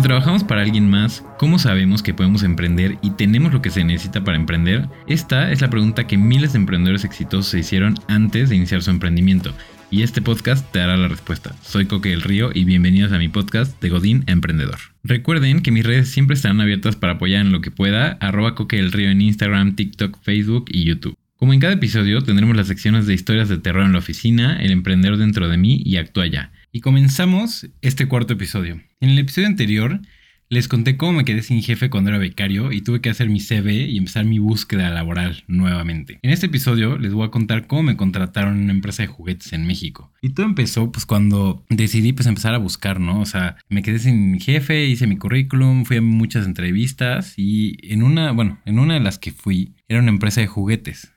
Cuando trabajamos para alguien más, ¿cómo sabemos que podemos emprender y tenemos lo que se necesita para emprender? Esta es la pregunta que miles de emprendedores exitosos se hicieron antes de iniciar su emprendimiento. Y este podcast te dará la respuesta. Soy Coque del Río y bienvenidos a mi podcast de Godín a Emprendedor. Recuerden que mis redes siempre estarán abiertas para apoyar en lo que pueda, @Coque del Río en Instagram, TikTok, Facebook y YouTube. Como en cada episodio tendremos las secciones de historias de terror en la oficina, el emprendedor dentro de mí y Actúa Ya. Y comenzamos este cuarto episodio. En el episodio anterior les conté cómo me quedé sin jefe cuando era becario y tuve que hacer mi CV y empezar mi búsqueda laboral nuevamente. En este episodio les voy a contar cómo me contrataron en una empresa de juguetes en México. Y todo empezó cuando decidí empezar a buscar, ¿no? O sea, me quedé sin jefe, hice mi currículum, fui a muchas entrevistas y en una de las que fui era una empresa de juguetes.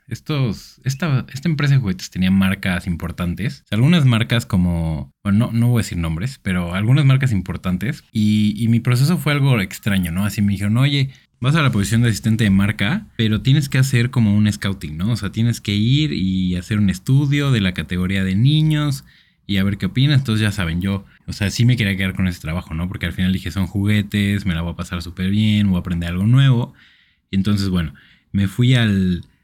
Esta empresa de juguetes tenía marcas importantes. O sea, algunas marcas como... Bueno, no voy a decir nombres, pero algunas marcas importantes. Y mi proceso fue algo extraño, ¿no? Así me dijeron, oye, vas a la posición de asistente de marca, pero tienes que hacer como un scouting, ¿no? O sea, tienes que ir y hacer un estudio de la categoría de niños y a ver qué opinas. Entonces ya saben, yo, o sea, sí me quería quedar con ese trabajo, ¿no? Porque al final dije, son juguetes, me la voy a pasar súper bien, voy a aprender algo nuevo. Y entonces, bueno, me fui a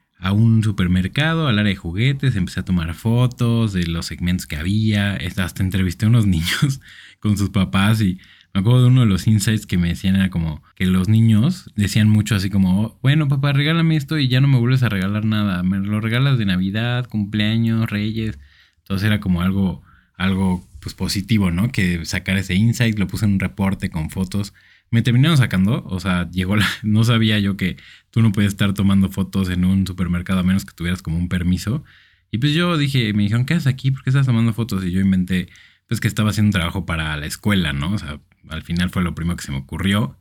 un supermercado, al área de juguetes, empecé a tomar fotos de los segmentos que había, hasta entrevisté a unos niños con sus papás y me acuerdo de uno de los insights que me decían era como que los niños decían mucho así como, oh, bueno papá, regálame esto y ya no me vuelves a regalar nada, me lo regalas de Navidad, cumpleaños, Reyes. Entonces era como algo pues positivo, ¿no? Que sacar ese insight, lo puse en un reporte con fotos. Me terminaron sacando, o sea, no sabía yo que tú no podías estar tomando fotos en un supermercado a menos que tuvieras como un permiso. Y pues yo dije, me dijeron, ¿qué haces aquí? ¿Por qué estás tomando fotos? Y yo inventé, pues que estaba haciendo un trabajo para la escuela, ¿no? O sea, al final fue lo primero que se me ocurrió.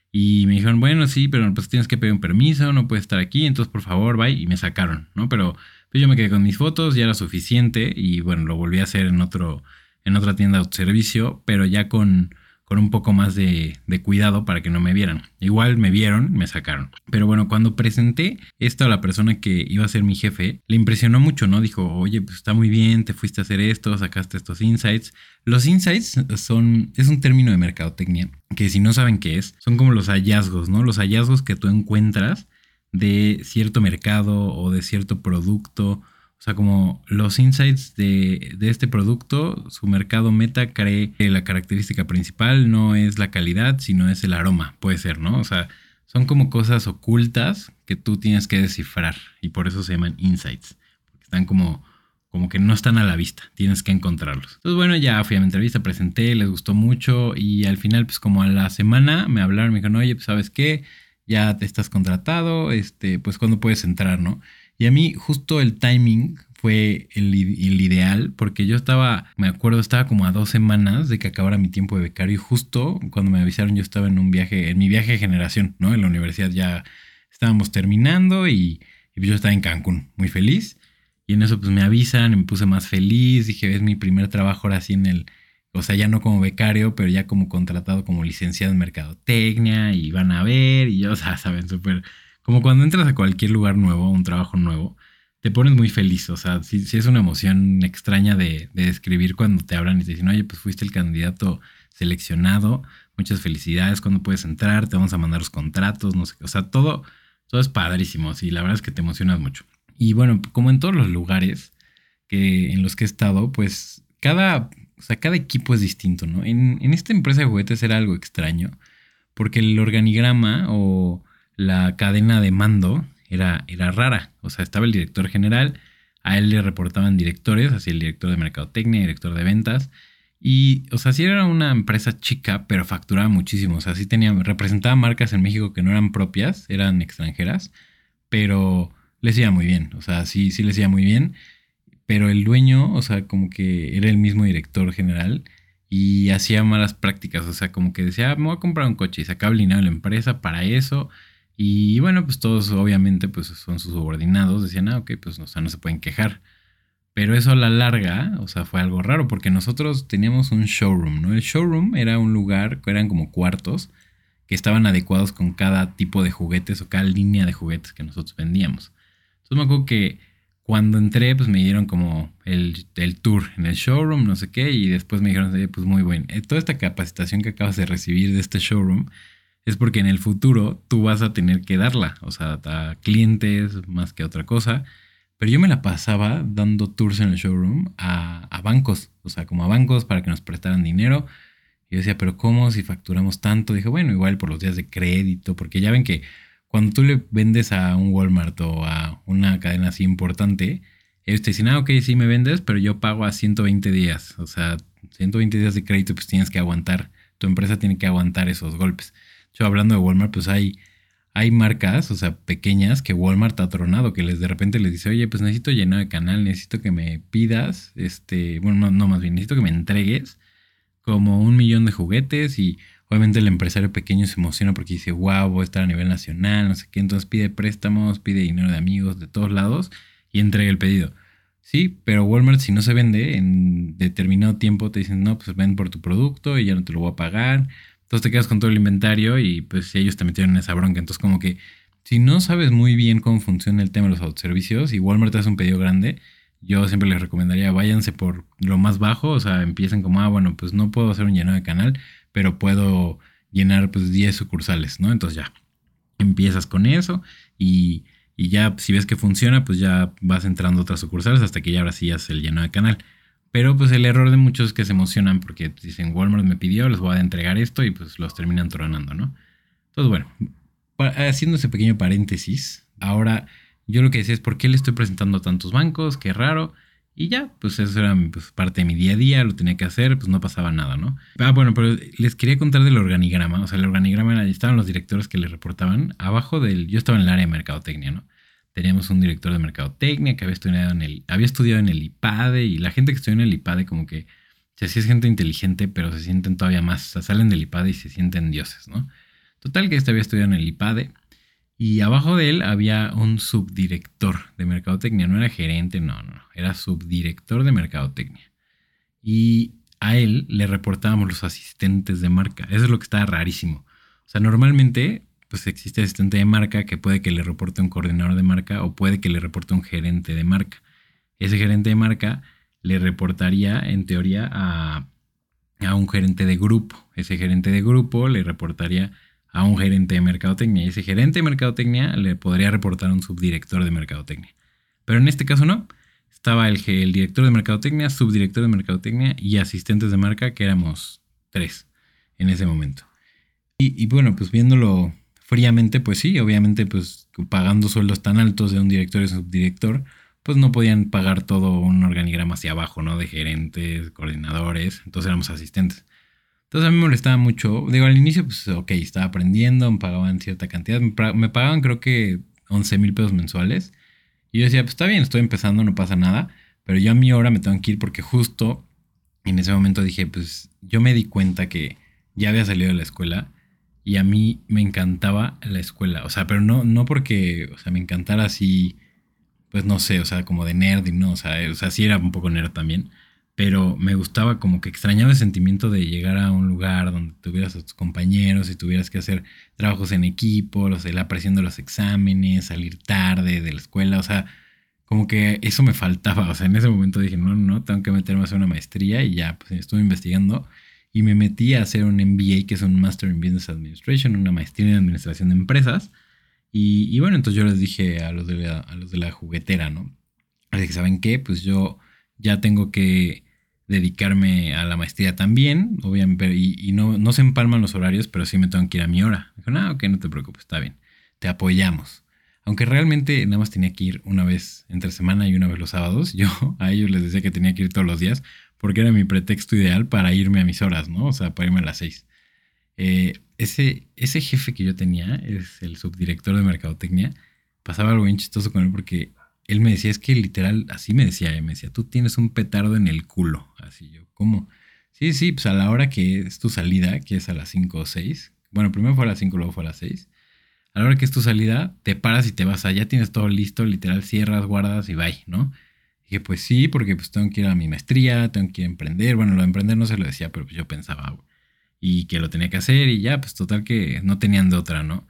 Y me dijeron, bueno, sí, pero pues tienes que pedir un permiso, no puedes estar aquí, entonces por favor, bye. Y me sacaron, ¿no? Pero pues yo me quedé con mis fotos, ya era suficiente. Y bueno, lo volví a hacer en otra tienda de autoservicio, pero ya con un poco más de cuidado para que no me vieran. Igual me vieron, me sacaron. Pero bueno, cuando presenté esto a la persona que iba a ser mi jefe, le impresionó mucho, ¿no? Dijo, oye, pues está muy bien, te fuiste a hacer esto, sacaste estos insights. Los insights es un término de mercadotecnia que si no saben qué es, son como los hallazgos, ¿no? Los hallazgos que tú encuentras de cierto mercado o de cierto producto. O sea, como los insights de este producto, su mercado meta cree que la característica principal no es la calidad, sino es el aroma, puede ser, ¿no? O sea, son como cosas ocultas que tú tienes que descifrar y por eso se llaman insights, porque están como que no están a la vista, tienes que encontrarlos. Entonces, bueno, ya fui a mi entrevista, presenté, les gustó mucho y al final, pues como a la semana me hablaron, me dijeron, oye, pues ¿sabes qué? Ya te estás contratado, pues ¿cuándo puedes entrar, no? Y a mí justo el timing fue el ideal porque yo estaba como a 2 semanas de que acabara mi tiempo de becario y justo cuando me avisaron yo estaba en mi viaje de generación, ¿no? En la universidad ya estábamos terminando y yo estaba en Cancún, muy feliz. Y en eso pues me avisan y me puse más feliz, dije, es mi primer trabajo ahora sí o sea, ya no como becario, pero ya como contratado como licenciado en mercadotecnia y van a ver y yo, o sea, saben, súper... Como cuando entras a cualquier lugar nuevo, un trabajo nuevo, te pones muy feliz. O sea, sí es una emoción extraña de describir cuando te hablan y te dicen, oye, pues fuiste el candidato seleccionado, muchas felicidades, ¿cuándo puedes entrar? Te vamos a mandar los contratos, no sé qué. O sea, todo es padrísimo, sí, la verdad es que te emocionas mucho. Y bueno, como en todos los lugares en los que he estado, pues cada equipo es distinto, ¿no? En esta empresa de juguetes era algo extraño, porque el organigrama o la cadena de mando era rara. O sea, estaba el director general, a él le reportaban directores, así el director de mercadotecnia, director de ventas. Y, o sea, sí era una empresa chica, pero facturaba muchísimo. O sea, sí representaba marcas en México que no eran propias, eran extranjeras, pero les iba muy bien. O sea, sí les iba muy bien. Pero el dueño, o sea, como que era el mismo director general y hacía malas prácticas. O sea, como que decía, me voy a comprar un coche y sacaba el dinero de la empresa para eso. Y bueno, pues todos obviamente pues son sus subordinados, decían, ok, pues o sea, no se pueden quejar. Pero eso a la larga, o sea, fue algo raro porque nosotros teníamos un showroom, ¿no? El showroom era un lugar, eran como cuartos que estaban adecuados con cada tipo de juguetes o cada línea de juguetes que nosotros vendíamos. Entonces me acuerdo que Cuando entré, pues me dieron como el tour en el showroom, no sé qué, y después me dijeron, "Oye, pues muy bueno. Toda esta capacitación que acabas de recibir de este showroom es porque en el futuro tú vas a tener que darla, o sea, a clientes más que a otra cosa. Pero yo me la pasaba dando tours en el showroom a bancos, o sea, como a bancos para que nos prestaran dinero. Y yo decía, pero ¿cómo si facturamos tanto? Dije, bueno, igual por los días de crédito, porque ya ven que cuando tú le vendes a un Walmart o a una cadena así importante, ellos te dicen, ok, sí me vendes, pero yo pago a 120 días. O sea, 120 días de crédito, pues tienes que aguantar. Tu empresa tiene que aguantar esos golpes. Yo hablando de Walmart, pues hay marcas, o sea, pequeñas que Walmart ha tronado, que de repente les dice, oye, pues necesito llenar de canal, necesito que me pidas, bueno, no, más bien, necesito que me entregues como 1 millón de juguetes y obviamente el empresario pequeño se emociona porque dice, wow, voy a estar a nivel nacional, no sé qué, entonces pide préstamos, pide dinero de amigos de todos lados y entrega el pedido. Sí, pero Walmart si no se vende en determinado tiempo te dicen, no, pues ven por tu producto y ya no te lo voy a pagar. Entonces te quedas con todo el inventario y pues ellos te metieron en esa bronca. Entonces como que si no sabes muy bien cómo funciona el tema de los autoservicios y Walmart te hace un pedido grande, yo siempre les recomendaría váyanse por lo más bajo, o sea, empiecen como, bueno, pues no puedo hacer un llenado de canal, pero puedo llenar pues 10 sucursales, ¿no? Entonces ya, empiezas con eso y, y ya si ves que funciona, pues ya vas entrando a otras sucursales hasta que ya ahora sí haces el llenado de canal. Pero pues el error de muchos es que se emocionan porque dicen, Walmart me pidió, les voy a entregar esto y pues los terminan tronando, ¿no? Entonces, bueno, haciendo ese pequeño paréntesis, ahora yo lo que decía es, ¿por qué le estoy presentando a tantos bancos? Qué raro. Y ya, pues eso era pues, parte de mi día a día, lo tenía que hacer, pues no pasaba nada, ¿no? Bueno, pero les quería contar del organigrama. O sea, el organigrama era, estaban los directores que le reportaban. Abajo yo estaba en el área de mercadotecnia, ¿no? Teníamos un director de mercadotecnia que había estudiado en el IPADE y la gente que estudió en el IPADE como que, o sea, sí es gente inteligente, pero se sienten todavía más, o sea, salen del IPADE y se sienten dioses, ¿no? Total que había estudiado en el IPADE y abajo de él había un subdirector de mercadotecnia. No era gerente, no. Era subdirector de mercadotecnia. Y a él le reportábamos los asistentes de marca. Eso es lo que estaba rarísimo. O sea, normalmente pues existe asistente de marca que puede que le reporte un coordinador de marca o puede que le reporte un gerente de marca. Ese gerente de marca le reportaría en teoría a un gerente de grupo. Ese gerente de grupo le reportaría a un gerente de mercadotecnia y ese gerente de mercadotecnia le podría reportar a un subdirector de mercadotecnia. Pero en este caso no. Estaba el director de mercadotecnia, subdirector de mercadotecnia y asistentes de marca, que éramos 3 en ese momento. Y bueno, pues viéndolo fríamente, pues sí, obviamente pues pagando sueldos tan altos de un director y subdirector, pues no podían pagar todo un organigrama hacia abajo, ¿no? De gerentes, coordinadores, entonces éramos asistentes. Entonces a mí me molestaba mucho. Digo, al inicio, pues ok, estaba aprendiendo, me pagaban cierta cantidad. Me pagaban creo que 11,000 pesos mensuales. Y yo decía, pues está bien, estoy empezando, no pasa nada. Pero yo a mi hora me tengo que ir porque justo en ese momento dije, pues yo me di cuenta que ya había salido de la escuela y a mí me encantaba la escuela. O sea, pero no porque, o sea, me encantara así, pues no sé, o sea, como de nerd y no, o sea, sí era un poco nerd también. Pero me gustaba como que extrañaba el sentimiento de llegar a un lugar donde tuvieras a tus compañeros y tuvieras que hacer trabajos en equipo, la presión de los exámenes, salir tarde de la escuela, o sea, como que eso me faltaba, o sea, en ese momento dije, no, tengo que meterme a hacer una maestría y ya, pues estuve investigando y me metí a hacer un MBA, que es un Master in Business Administration, una maestría en administración de empresas. Y bueno, entonces yo les dije a los de la juguetera, ¿no? Así que, ¿saben qué? Pues yo ya tengo que dedicarme a la maestría también, obviamente, y no se empalman los horarios, pero sí me tengo que ir a mi hora. Me dijo, ok, no te preocupes, está bien, te apoyamos. Aunque realmente nada más tenía que ir una vez entre semana y una vez los sábados, yo a ellos les decía que tenía que ir todos los días, porque era mi pretexto ideal para irme a mis horas, ¿no? O sea, para irme a las 6. Ese jefe que yo tenía, es el subdirector de mercadotecnia, pasaba algo bien chistoso con él porque él me decía, es que literal, así me decía, tú tienes un petardo en el culo. Así yo, ¿cómo? Sí, pues a la hora que es tu salida, que es a las 5 o 6. Bueno, primero fue a las 5, luego fue a las 6. A la hora que es tu salida, te paras y te vas. Ya tienes todo listo, literal, cierras, guardas y bye, ¿no? Dije, pues sí, porque pues tengo que ir a mi maestría, tengo que ir a emprender. Bueno, lo de emprender no se lo decía, pero pues yo pensaba, y que lo tenía que hacer y ya, pues total que no tenían de otra, ¿no?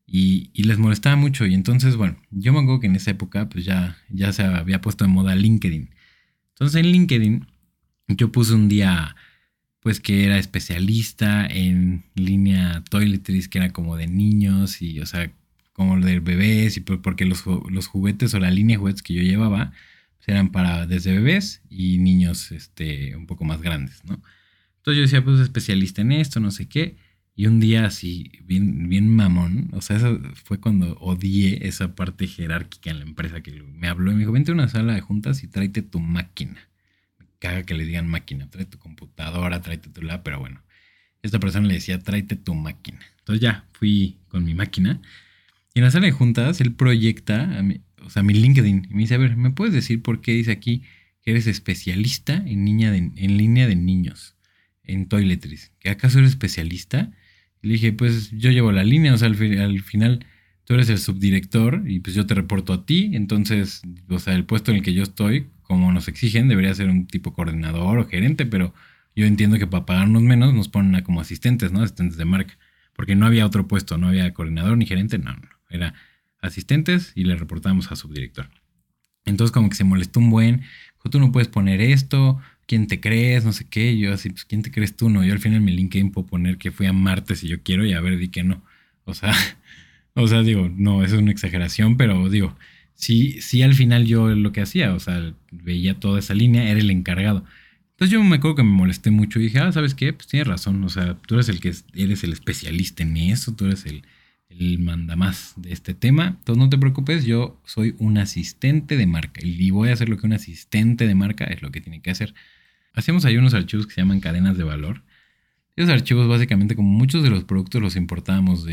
y les molestaba mucho. Y entonces, bueno, yo me acuerdo que en esa época pues ya se había puesto de moda LinkedIn. Entonces en LinkedIn yo puse un día pues que era especialista en línea toiletries, que era como de niños y, o sea, como de bebés, y porque los juguetes o la línea de juguetes que yo llevaba pues eran para desde bebés y niños un poco más grandes, ¿no? Entonces yo decía, pues especialista en esto, no sé qué. Y un día así, bien, bien mamón, o sea, eso fue cuando odié esa parte jerárquica en la empresa que me habló y me dijo, vente a una sala de juntas y tráete tu máquina. Me caga que le digan máquina, tráete tu computadora, tráete tu lab, pero bueno. Esta persona le decía, tráete tu máquina. Entonces ya, fui con mi máquina. Y en la sala de juntas, él proyecta, o sea, mi LinkedIn. Y me dice, a ver, ¿me puedes decir por qué dice aquí que eres especialista en línea de niños, en toiletries? ¿Que acaso eres especialista? Y le dije, pues yo llevo la línea, o sea, al final tú eres el subdirector y pues yo te reporto a ti. Entonces, o sea, el puesto en el que yo estoy, como nos exigen, debería ser un tipo coordinador o gerente, pero yo entiendo que para pagarnos menos nos ponen a como asistentes, ¿no? Asistentes de marca. Porque no había otro puesto, no había coordinador ni gerente, no. Era asistentes y le reportábamos a subdirector. Entonces como que se molestó un buen, dijo, tú no puedes poner esto, ¿quién te crees? No sé qué. Yo así, pues ¿quién te crees tú? No, yo al final en mi LinkedIn puedo poner que fui a Marte si yo quiero y a ver, di que no. O sea, o sea, digo, no, eso es una exageración, pero digo, sí al final yo lo que hacía, o sea, veía toda esa línea, era el encargado. Entonces yo me acuerdo que me molesté mucho y dije, ¿sabes qué? Pues tienes razón, o sea, tú eres eres el especialista en eso, tú eres el mandamás de este tema. Entonces no te preocupes, yo soy un asistente de marca y voy a hacer lo que un asistente de marca es lo que tiene que hacer. Hacemos ahí unos archivos que se llaman cadenas de valor. Esos archivos básicamente, como muchos de los productos los importábamos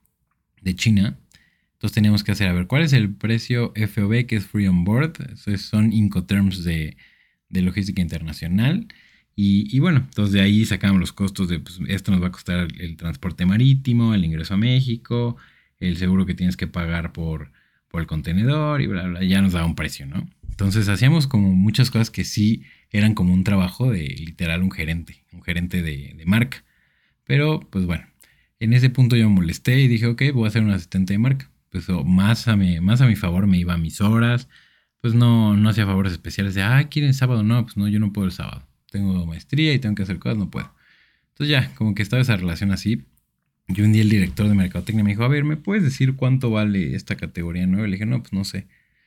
de China, entonces teníamos que hacer, a ver, ¿cuál es el precio FOB, que es Free On Board? Esos son Incoterms de logística internacional. Y bueno, entonces de ahí sacamos los costos de, pues esto nos va a costar el transporte marítimo, el ingreso a México, el seguro que tienes que pagar por el contenedor y bla, bla, ya nos daba un precio, ¿no? Entonces hacíamos como muchas cosas que sí eran como un trabajo de literal un gerente de marca. Pero pues bueno, en ese punto yo me molesté y dije, ok, voy a ser un asistente de marca. Pues más a mi favor me iba a mis horas, pues no hacía favores especiales de, ¿quieren sábado? No, pues no, yo no puedo el sábado. Tengo maestría y tengo que hacer cosas, no puedo. Entonces ya, como que estaba esa relación así. Y un día el director de mercadotecnia me dijo, a ver, ¿me puedes decir cuánto vale esta categoría nueva? Le dije, no, pues no sé.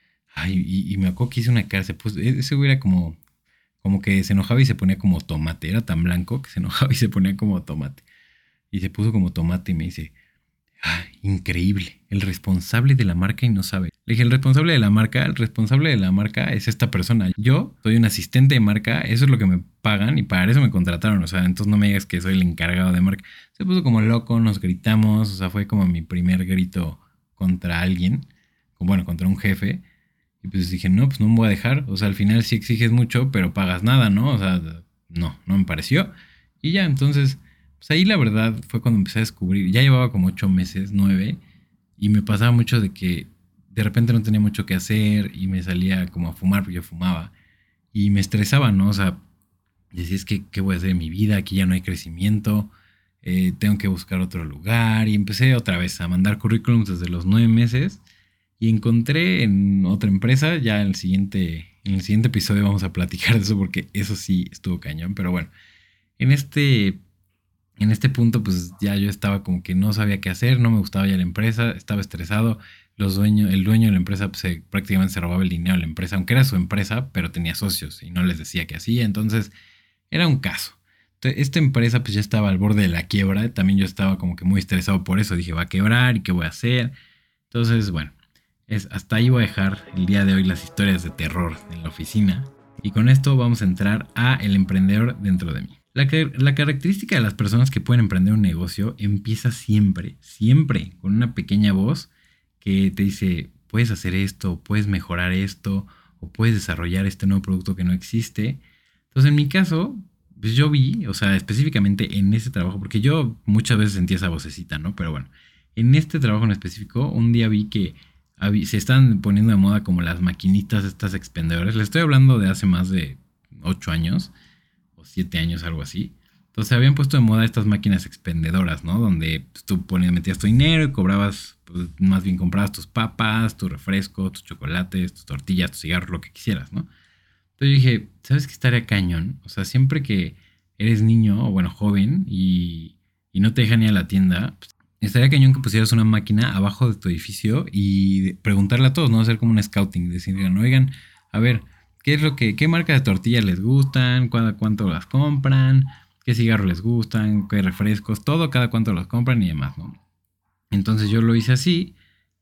Y me acuerdo que hice una cara, ese güey era como que se enojaba y se ponía como tomate. Era tan blanco que se enojaba y se ponía como tomate. Y se puso como tomate y me dice, increíble, el responsable de la marca y no sabe. Le dije, el responsable de la marca es esta persona. Yo soy un asistente de marca, eso es lo que me pagan y para eso me contrataron. O sea, entonces no me digas que soy el encargado de marca. Se puso como loco, nos gritamos, o sea, fue como mi primer grito contra alguien, bueno, contra un jefe. Y pues dije, no, pues no me voy a dejar. O sea, al final sí exiges mucho, pero pagas nada, ¿no? O sea, no me pareció. Y ya, entonces, pues ahí la verdad fue cuando empecé a descubrir. Ya llevaba como 8 meses, 9, y me pasaba mucho de que de repente no tenía mucho que hacer y me salía como a fumar, porque yo fumaba. Y me estresaba, ¿no? O sea, decía, es que, ¿qué voy a hacer en mi vida? Aquí ya no hay crecimiento. Tengo que buscar otro lugar. Y empecé otra vez a mandar currículums desde los 9 meses. Y encontré en otra empresa, ya en el siguiente episodio vamos a platicar de eso porque eso sí estuvo cañón. Pero bueno, en este punto pues ya yo estaba como que no sabía qué hacer, no me gustaba ya la empresa, estaba estresado. El dueño de la empresa pues, prácticamente se robaba el dinero de la empresa, aunque era su empresa, pero tenía socios y no les decía qué hacía. Entonces era un caso. Entonces, esta empresa pues ya estaba al borde de la quiebra. También yo estaba como que muy estresado por eso. Dije, va a quebrar y qué voy a hacer. Entonces, bueno. Hasta ahí voy a dejar el día de hoy las historias de terror en la oficina. Y con esto vamos a entrar a el emprendedor dentro de mí. La característica de las personas que pueden emprender un negocio empieza siempre con una pequeña voz que te dice, puedes hacer esto, puedes mejorar esto, o puedes desarrollar este nuevo producto que no existe. Entonces en mi caso, pues yo vi, o sea, específicamente en ese trabajo, porque yo muchas veces sentí esa vocecita, ¿no? Pero bueno, en este trabajo en específico, un día vi que se están poniendo de moda como las maquinitas estas expendedoras. Le estoy hablando de hace más de 8 años o 7 años, algo así. Entonces se habían puesto de moda estas máquinas expendedoras, ¿no? Donde pues, tú metías tu dinero y cobrabas, pues más bien comprabas tus papas, tu refresco, tus chocolates, tus tortillas, tus cigarros, lo que quisieras, ¿no? Entonces yo dije, ¿sabes qué estaría cañón? O sea, siempre que eres niño o bueno, joven y no te dejan ir a la tienda, pues, estaría cañón que pusieras una máquina abajo de tu edificio y preguntarle a todos, ¿no? Hacer como un scouting, decir, oigan, a ver, ¿qué marca de tortillas les gustan? ¿Cuánto las compran? ¿Qué cigarros les gustan? ¿Qué refrescos? Todo, cada cuánto los compran y demás, ¿no? Entonces yo lo hice así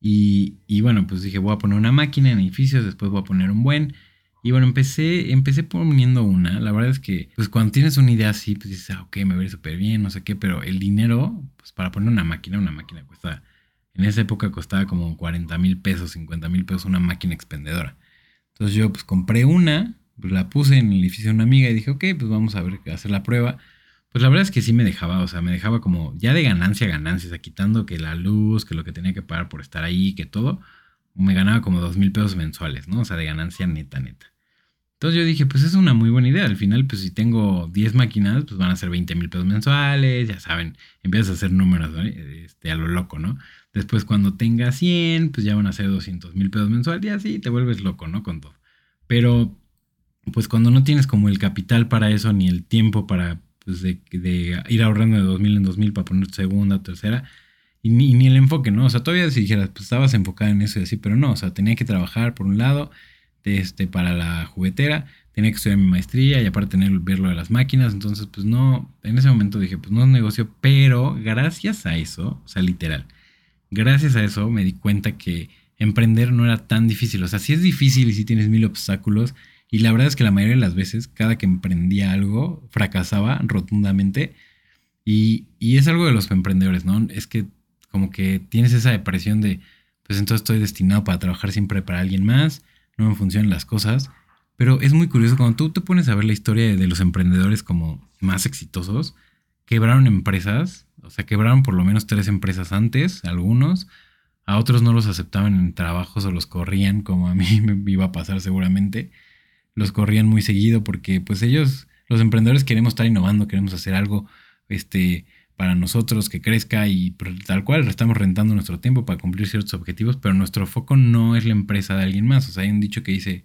y bueno, pues dije, voy a poner una máquina en edificios, después voy a poner un buen. Y bueno, empecé poniendo una. La verdad es que, pues cuando tienes una idea así, pues dices, ok, me va a ir súper bien, no sé qué, pero el dinero, pues para poner una máquina cuesta, en esa época costaba como 40,000 pesos, 50,000 pesos una máquina expendedora. Entonces yo pues compré una, pues la puse en el edificio de una amiga y dije, ok, pues vamos a ver, hacer la prueba. Pues la verdad es que sí me dejaba, o sea, me dejaba como ya de ganancia a ganancia, o sea, quitando que la luz, que lo que tenía que pagar por estar ahí, que todo, me ganaba como 2,000 pesos mensuales, ¿no? O sea, de ganancia neta, neta. Entonces yo dije, pues es una muy buena idea. Al final, pues si tengo 10 máquinas, pues van a ser 20,000 pesos mensuales, ya saben, empiezas a hacer números, ¿no? A lo loco, ¿no? Después cuando tenga 100, pues ya van a ser 200,000 pesos mensuales y así te vuelves loco, ¿no? Con todo. Pero, pues cuando no tienes como el capital para eso, ni el tiempo para, pues de ir ahorrando de 2,000 en 2,000 para poner segunda o tercera, y ni el enfoque, ¿no? O sea, todavía si dijeras, pues estabas enfocada en eso y así, pero no, o sea, tenía que trabajar por un lado para la juguetera, tenía que estudiar mi maestría y aparte ver lo de las máquinas, entonces pues no, en ese momento dije, pues no es negocio, pero gracias a eso, o sea, literal, gracias a eso me di cuenta que emprender no era tan difícil, o sea, sí es difícil y sí tienes mil obstáculos y la verdad es que la mayoría de las veces, cada que emprendía algo, fracasaba rotundamente y es algo de los emprendedores, ¿no? Es que como que tienes esa depresión de, pues entonces estoy destinado para trabajar siempre para alguien más, no me funcionan las cosas. Pero es muy curioso cuando tú te pones a ver la historia de los emprendedores como más exitosos, quebraron empresas, o sea, quebraron por lo menos 3 empresas antes, algunos, a otros no los aceptaban en trabajos o los corrían, como a mí me iba a pasar seguramente, los corrían muy seguido porque pues ellos, los emprendedores queremos estar innovando, queremos hacer algo, para nosotros que crezca y tal cual estamos rentando nuestro tiempo para cumplir ciertos objetivos, pero nuestro foco no es la empresa de alguien más. O sea, hay un dicho que dice,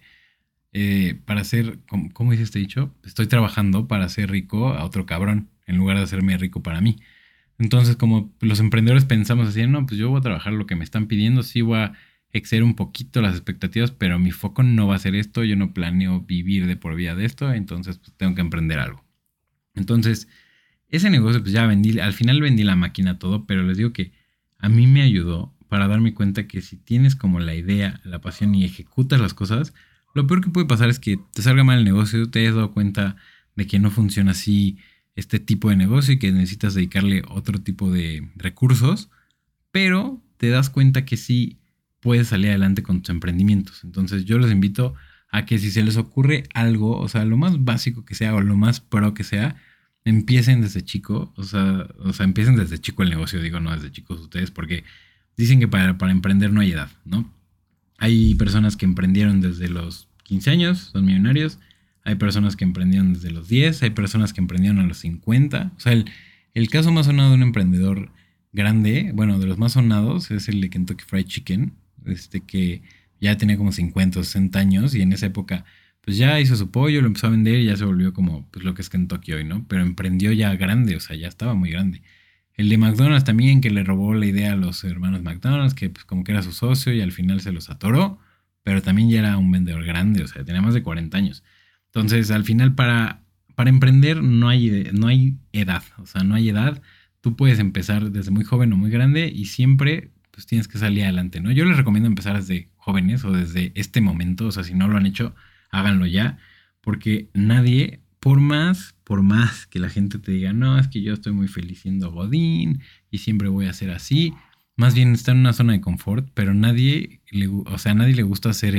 para ser, ¿cómo dice este dicho? Estoy trabajando para hacer rico a otro cabrón, en lugar de hacerme rico para mí. Entonces, como los emprendedores pensamos así, no, pues yo voy a trabajar lo que me están pidiendo, sí voy a exceder un poquito las expectativas, pero mi foco no va a ser esto, yo no planeo vivir de por vida de esto, entonces pues tengo que emprender algo. Entonces, ese negocio pues ya vendí, al final vendí la máquina todo, pero les digo que a mí me ayudó para darme cuenta que si tienes como la idea, la pasión y ejecutas las cosas, lo peor que puede pasar es que te salga mal el negocio, te hayas dado cuenta de que no funciona así este tipo de negocio y que necesitas dedicarle otro tipo de recursos, pero te das cuenta que sí puedes salir adelante con tus emprendimientos. Entonces yo los invito a que si se les ocurre algo, o sea, lo más básico que sea o lo más pro que sea, empiecen desde chico, o sea, empiecen desde chico el negocio, digo, no desde chicos ustedes, porque dicen que para emprender no hay edad, ¿no? Hay personas que emprendieron desde los 15 años, son millonarios. Hay personas que emprendieron desde los 10, hay personas que emprendieron a los 50. O sea, el caso más sonado de un emprendedor grande, bueno, de los más sonados, es el de Kentucky Fried Chicken, que ya tenía como 50 o 60 años y en esa época pues ya hizo su pollo, lo empezó a vender y ya se volvió como pues lo que es Kentucky hoy, ¿no? Pero emprendió ya grande, o sea, ya estaba muy grande. El de McDonald's también, que le robó la idea a los hermanos McDonald's, que pues como que era su socio y al final se los atoró, pero también ya era un vendedor grande, o sea, tenía más de 40 años. Entonces, al final para emprender no hay edad, o sea, no hay edad. Tú puedes empezar desde muy joven o muy grande y siempre pues tienes que salir adelante, ¿no? Yo les recomiendo empezar desde jóvenes o desde este momento, o sea, si no lo han hecho, háganlo ya, porque nadie, por más que la gente te diga, no, es que yo estoy muy feliz siendo Godín y siempre voy a ser así, más bien está en una zona de confort, pero nadie le gusta ser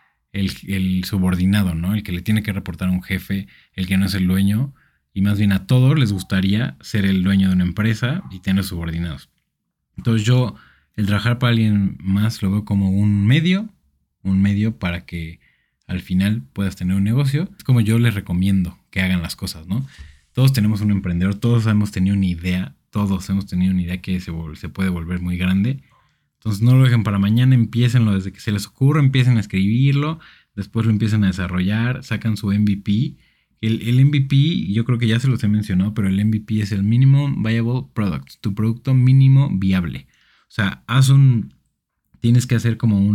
el subordinado, ¿no? El que le tiene que reportar a un jefe, el que no es el dueño, y más bien a todos les gustaría ser el dueño de una empresa y tener subordinados. Entonces el trabajar para alguien más lo veo como un medio para que al final puedas tener un negocio. Es como yo les recomiendo que hagan las cosas, ¿no? Todos tenemos un emprendedor, todos hemos tenido una idea, que se puede volver muy grande. Entonces no lo dejen para mañana, empiecenlo desde que se les ocurra, empiecen a escribirlo, después lo empiecen a desarrollar, sacan su MVP. El MVP, yo creo que ya se los he mencionado, pero el MVP es el Minimum Viable Product, tu producto mínimo viable. O sea, tienes que hacer como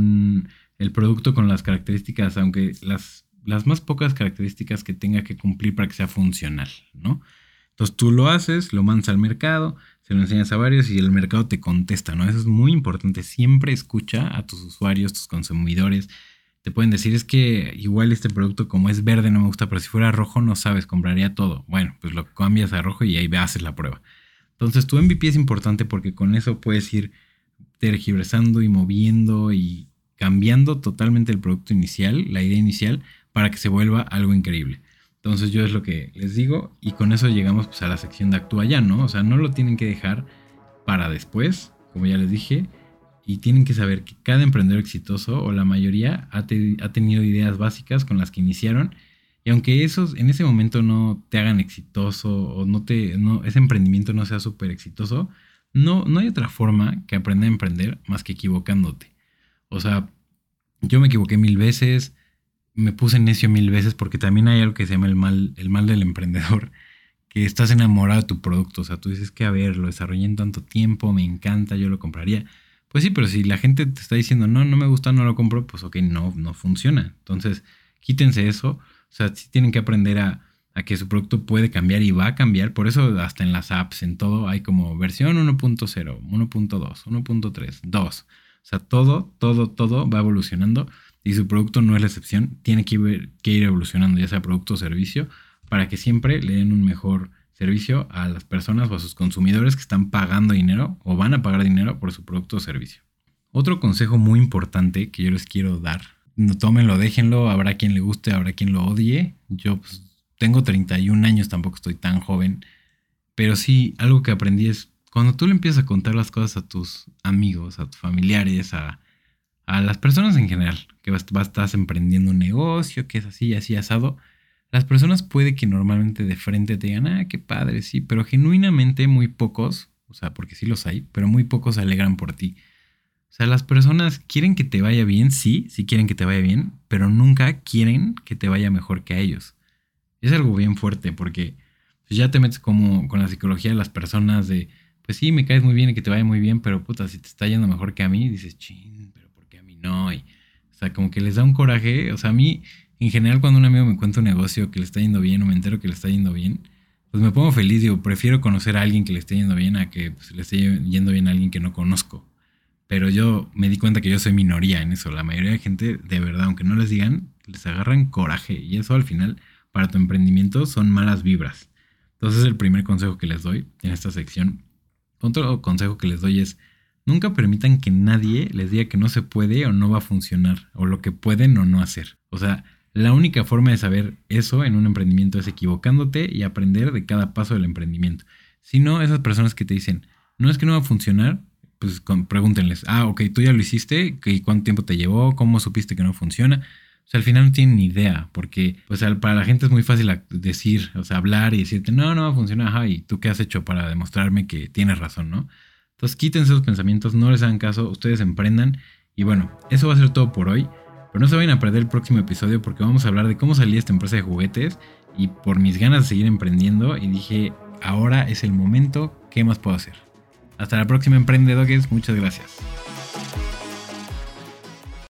el producto con las características, aunque las más pocas características que tenga que cumplir para que sea funcional, ¿no? Entonces tú lo haces, lo mandas al mercado, se lo enseñas a varios y el mercado te contesta, ¿no? Eso es muy importante. Siempre escucha a tus usuarios, tus consumidores. Te pueden decir, es que igual este producto como es verde no me gusta, pero si fuera rojo no sabes, compraría todo. Bueno, pues lo cambias a rojo y ahí haces la prueba. Entonces tu MVP es importante porque con eso puedes ir tergiversando y moviendo y cambiando totalmente el producto inicial, la idea inicial, para que se vuelva algo increíble. Entonces yo es lo que les digo y con eso llegamos pues, a la sección de actúa ya, ¿no? O sea, no lo tienen que dejar para después, como ya les dije, y tienen que saber que cada emprendedor exitoso o la mayoría ha tenido ideas básicas con las que iniciaron y aunque esos en ese momento no te hagan exitoso o ese emprendimiento no sea súper exitoso, no hay otra forma que aprender a emprender más que equivocándote. O sea, yo me equivoqué 1000 veces, me puse necio 1000 veces porque también hay algo que se llama el mal del emprendedor, que estás enamorado de tu producto. O sea, tú dices que a ver, lo desarrollé en tanto tiempo, me encanta, yo lo compraría. Pues sí, pero si la gente te está diciendo no me gusta, no lo compro, pues ok, no funciona. Entonces, quítense eso. O sea, sí tienen que aprender a que su producto puede cambiar y va a cambiar. Por eso hasta en las apps, en todo, hay como versión 1.0, 1.2, 1.3, 2. O sea, todo va evolucionando y su producto no es la excepción. Tiene que ir evolucionando, ya sea producto o servicio, para que siempre le den un mejor servicio a las personas o a sus consumidores que están pagando dinero o van a pagar dinero por su producto o servicio. Otro consejo muy importante que yo les quiero dar, no tómenlo, déjenlo, habrá quien le guste, habrá quien lo odie. Yo pues, tengo 31 años, tampoco estoy tan joven, pero sí, algo que aprendí es cuando tú le empiezas a contar las cosas a tus amigos, a tus familiares, a las personas en general, que estás emprendiendo un negocio, que es así, asado, las personas puede que normalmente de frente te digan, qué padre, sí, pero genuinamente muy pocos, o sea, porque sí los hay, pero muy pocos se alegran por ti. O sea, las personas quieren que te vaya bien, sí quieren que te vaya bien, pero nunca quieren que te vaya mejor que a ellos. Es algo bien fuerte porque pues, ya te metes como con la psicología de las personas de, pues sí, me caes muy bien y que te vaya muy bien, pero puta, si te está yendo mejor que a mí, dices, chin, pero ¿por qué a mí no? O sea, como que les da un coraje. O sea, a mí, en general, cuando un amigo me cuenta un negocio que le está yendo bien o me entero que le está yendo bien, pues me pongo feliz. Digo, prefiero conocer a alguien que le esté yendo bien a que pues, le esté yendo bien a alguien que no conozco. Pero yo me di cuenta que yo soy minoría en eso. La mayoría de gente, de verdad, aunque no les digan, les agarran coraje. Y eso al final, para tu emprendimiento, son malas vibras. Entonces, el primer consejo que les doy en esta sección. Otro consejo que les doy es, nunca permitan que nadie les diga que no se puede o no va a funcionar, o lo que pueden o no hacer. O sea, la única forma de saber eso en un emprendimiento es equivocándote y aprender de cada paso del emprendimiento. Si no, esas personas que te dicen, no es que no va a funcionar, pues pregúntenles, ok, tú ya lo hiciste, ¿cuánto tiempo te llevó? ¿Cómo supiste que no funciona? O sea, al final no tienen ni idea, porque para la gente es muy fácil decir, o sea, hablar y decirte, no va a funcionar, ¿y tú qué has hecho para demostrarme que tienes razón, no? Entonces quítense esos pensamientos, no les hagan caso, ustedes emprendan. Y bueno, eso va a ser todo por hoy. Pero no se vayan a perder el próximo episodio porque vamos a hablar de cómo salí de esta empresa de juguetes y por mis ganas de seguir emprendiendo. Y dije, ahora es el momento, ¿qué más puedo hacer? Hasta la próxima, emprendedores, muchas gracias.